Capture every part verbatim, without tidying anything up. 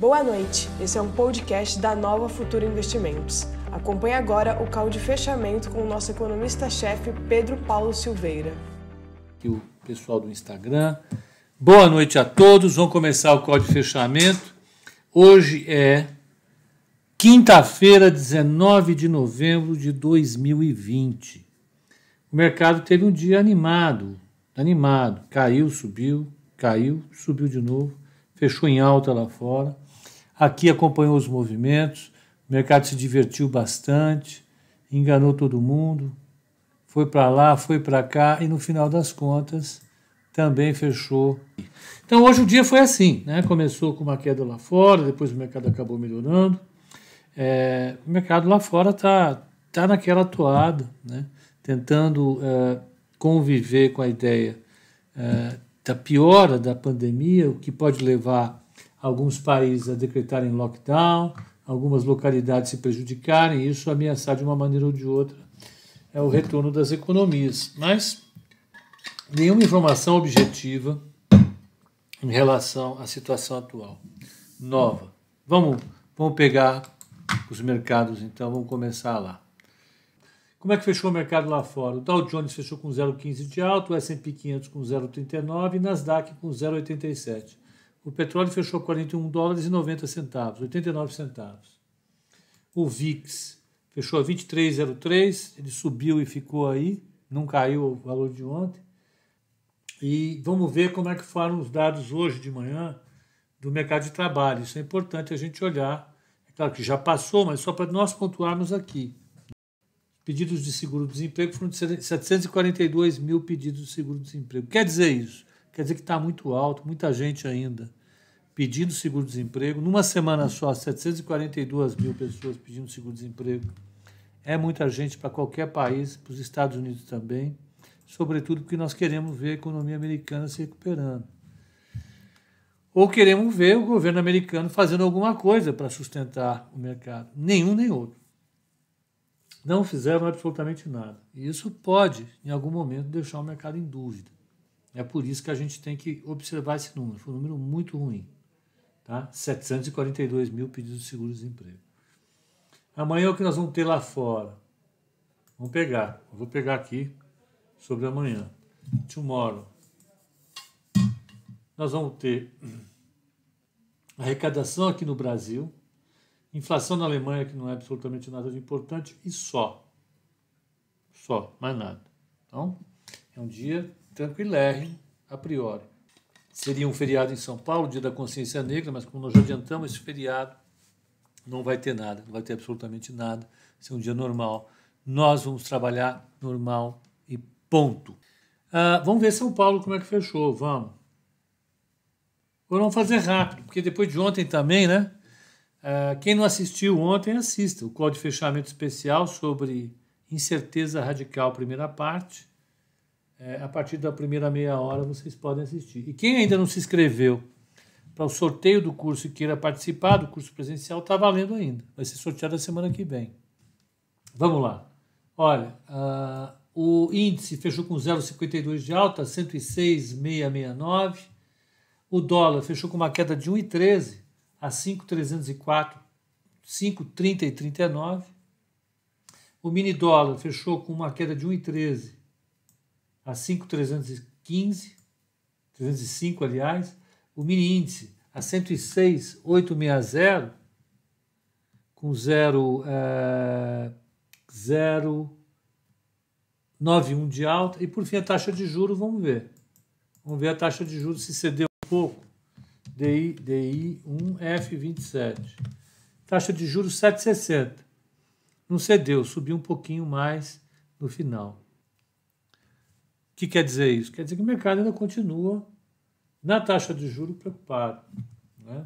Boa noite, esse é um podcast da Nova Futura Investimentos. Acompanhe agora o call de fechamento com o nosso economista-chefe Pedro Paulo Silveira. E o pessoal do Instagram. Boa noite a todos, vamos começar o call de fechamento. Hoje é quinta-feira, dezenove de novembro de dois mil e vinte. O mercado teve um dia animado, animado, caiu, subiu, caiu, subiu de novo, fechou em alta lá fora. Aqui acompanhou os movimentos, o mercado se divertiu bastante, enganou todo mundo, foi para lá, foi para cá e no final das contas também fechou. Então hoje o dia foi assim, né? Começou com uma queda lá fora, depois o mercado acabou melhorando. É, o mercado lá fora está tá naquela toada, né? Tentando é, conviver com a ideia é, da piora da pandemia, o que pode levar alguns países a decretarem lockdown, algumas localidades se prejudicarem, e isso ameaçar de uma maneira ou de outra é o retorno das economias. Mas nenhuma informação objetiva em relação à situação atual, nova. Vamos, vamos pegar os mercados, então, vamos começar lá. Como é que fechou o mercado lá fora? O Dow Jones fechou com zero vírgula quinze de alta, o S and P quinhentos com zero vírgula trinta e nove e o Nasdaq com zero vírgula oitenta e sete. O petróleo fechou quarenta e um dólares e noventa centavos, oitenta e nove centavos. O V I X fechou a vinte e três vírgula zero três, ele subiu e ficou aí, não caiu o valor de ontem. E vamos ver como é que foram os dados hoje de manhã do mercado de trabalho. Isso é importante a gente olhar. É claro que já passou, mas só para nós pontuarmos aqui. Pedidos de seguro-desemprego foram de setecentos e quarenta e dois mil pedidos de seguro-desemprego. Quer dizer isso? Quer dizer que está muito alto, muita gente ainda pedindo seguro-desemprego. Numa semana só, setecentos e quarenta e duas mil pessoas pedindo seguro-desemprego. É muita gente para qualquer país, para os Estados Unidos também, sobretudo porque nós queremos ver a economia americana se recuperando. Ou queremos ver o governo americano fazendo alguma coisa para sustentar o mercado. Nenhum nem outro. Não fizeram absolutamente nada. E isso pode, em algum momento, deixar o mercado em dúvida. É por isso que a gente tem que observar esse número. Foi um número muito ruim. Tá? setecentos e quarenta e dois mil pedidos de seguro-desemprego. Amanhã o que nós vamos ter lá fora? Vamos pegar. Eu vou pegar aqui sobre amanhã. Tomorrow. Nós vamos ter arrecadação aqui no Brasil, inflação na Alemanha, que não é absolutamente nada de importante, e só. Só, mais nada. Então, é um dia tranquilérrimo, a priori. Seria um feriado em São Paulo, dia da consciência negra, mas como nós já adiantamos, esse feriado não vai ter nada, não vai ter absolutamente nada. Vai ser um dia normal. Nós vamos trabalhar normal e ponto. Uh, vamos ver São Paulo como é que fechou, vamos. Ou vamos fazer rápido, porque depois de ontem também, né? Uh, quem não assistiu ontem, assista. O call de fechamento especial sobre incerteza radical, primeira parte. É, a partir da primeira meia hora vocês podem assistir. E quem ainda não se inscreveu para o sorteio do curso e queira participar do curso presencial, está valendo ainda. Vai ser sorteado a semana que vem. Vamos lá. Olha, uh, o índice fechou com zero vírgula cinquenta e dois de alta, cento e seis vírgula seiscentos e sessenta e nove. O dólar fechou com uma queda de um vírgula treze a cinco mil trezentos e quatro, cinco mil trinta e trinta e nove. O mini dólar fechou com uma queda de um vírgula treze a cinco mil trezentos e quinze, trezentos e cinco, aliás. O mini índice a cento e seis mil oitocentos e sessenta, com zero vírgula noventa e um de alta. E por fim a taxa de juros, vamos ver. Vamos ver a taxa de juros se cedeu um pouco. D I, D I um F vinte e sete. Taxa de juros sete vírgula sessenta. Não cedeu, subiu um pouquinho mais no final. O que quer dizer isso? Quer dizer que o mercado ainda continua na taxa de juros preocupado. Né?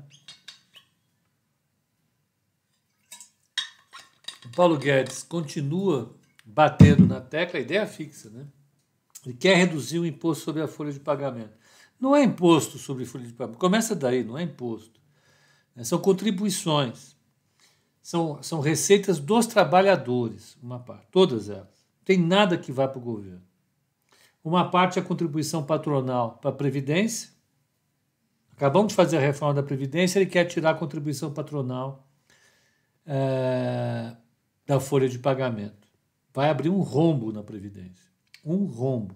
O Paulo Guedes continua batendo na tecla, a ideia fixa, né? Ele quer reduzir o imposto sobre a folha de pagamento. Não é imposto sobre folha de pagamento, começa daí, não é imposto. São contribuições, são, são receitas dos trabalhadores, uma parte, todas elas. Não tem nada que vá para o governo. Uma parte é a contribuição patronal para a Previdência, Acabamos de fazer a reforma da Previdência, ele quer tirar a contribuição patronal é, da folha de pagamento. Vai abrir um rombo na Previdência. Um rombo.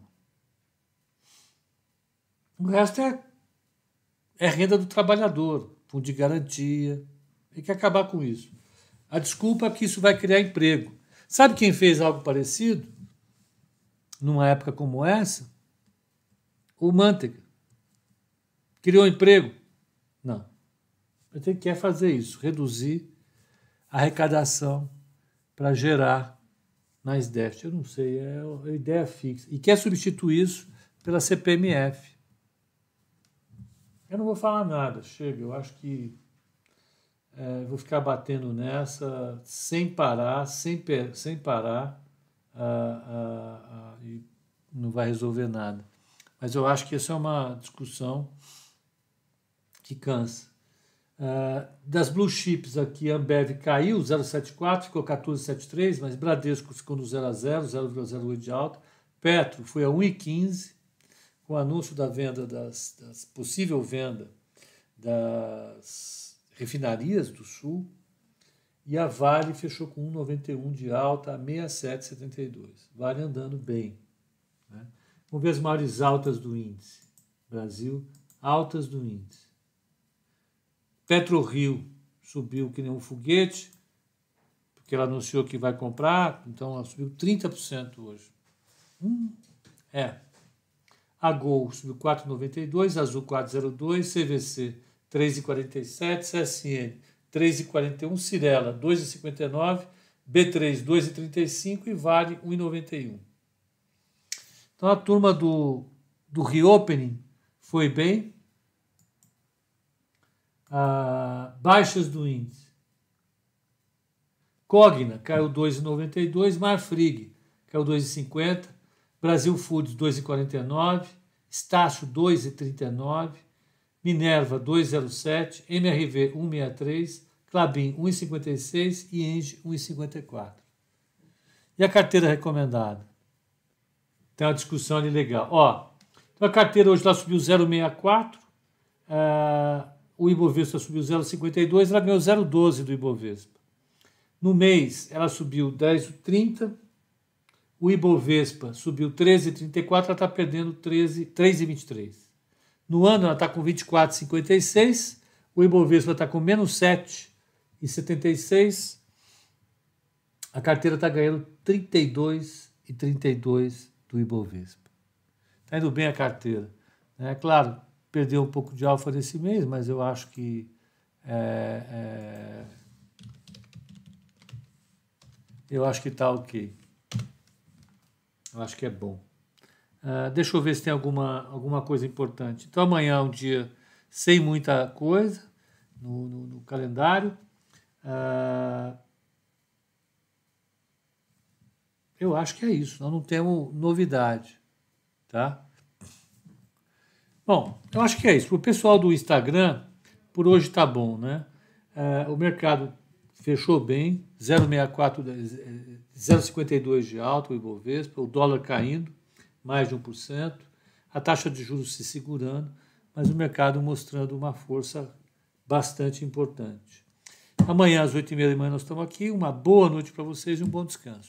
O resto é, é renda do trabalhador, fundo de garantia. Tem que acabar com isso. A desculpa é que isso vai criar emprego. Sabe quem fez algo parecido? Numa época como essa? O Manteiga. Criou emprego? Não. Ele quer fazer isso, reduzir a arrecadação para gerar mais déficit. Eu não sei, é a ideia fixa. E quer substituir isso pela C P M F. Eu não vou falar nada, chega. Eu acho que é, vou ficar batendo nessa sem parar, sem, sem parar, ah, ah, ah, e não vai resolver nada. Mas eu acho que essa é uma discussão que cansa. Uh, das blue chips aqui, a Ambev caiu zero vírgula setenta e quatro, ficou quatorze vírgula setenta e três, mas Bradesco ficou no zero a zero, zero vírgula zero oito de alta. Petro foi a um vírgula quinze, com o anúncio da venda, das, das possível venda das refinarias do Sul. E a Vale fechou com um vírgula noventa e um de alta a sessenta e sete vírgula setenta e dois. Vale andando bem. Né? Vamos ver as maiores altas do índice. Brasil, altas do índice. PetroRio subiu que nem um foguete, porque ela anunciou que vai comprar, então ela subiu trinta por cento hoje. Hum, é. A Gol subiu quatro vírgula noventa e dois, Azul quatro vírgula zero dois, C V C três vírgula quarenta e sete, C S N três vírgula quarenta e um, Cirela dois vírgula cinquenta e nove, B três dois vírgula trinta e cinco e Vale um vírgula noventa e um. Então a turma do, do reopening foi bem. Ah, baixas do índice. Cogna caiu dois vírgula noventa e dois, Marfrig caiu dois vírgula cinquenta, Brasil Foods dois vírgula quarenta e nove, Estácio dois vírgula trinta e nove, Minerva dois vírgula zero sete, M R V um vírgula sessenta e três, Klabin um vírgula cinquenta e seis e Engie um vírgula cinquenta e quatro. E a carteira recomendada? Tem uma discussão ali legal. Ó, então a carteira hoje ela subiu zero vírgula sessenta e quatro, ah, o Ibovespa subiu zero vírgula cinquenta e dois, ela ganhou zero vírgula doze do Ibovespa. No mês, ela subiu dez vírgula trinta, o Ibovespa subiu treze vírgula trinta e quatro, ela está perdendo três vírgula vinte e três. No ano, ela está com vinte e quatro vírgula cinquenta e seis, o Ibovespa está com menos sete vírgula setenta e seis, a carteira está ganhando trinta e dois vírgula trinta e dois do Ibovespa. Está indo bem a carteira. É claro, perdeu um pouco de alfa nesse mês, mas eu acho que é, é, eu acho que está ok. Eu acho que é bom. Uh, deixa eu ver se tem alguma, alguma coisa importante. Então amanhã é um dia sem muita coisa no, no, no calendário. Uh, eu acho que é isso. Nós não temos novidade, tá? Bom, eu acho que é isso. Para o pessoal do Instagram, por hoje está bom, né? Uh, o mercado fechou bem, zero vírgula sessenta e quatro, zero vírgula cinquenta e dois de alta o Ibovespa, o dólar caindo, mais de um por cento, a taxa de juros se segurando, mas o mercado mostrando uma força bastante importante. Amanhã, às oito e meia da manhã, nós estamos aqui. Uma boa noite para vocês e um bom descanso.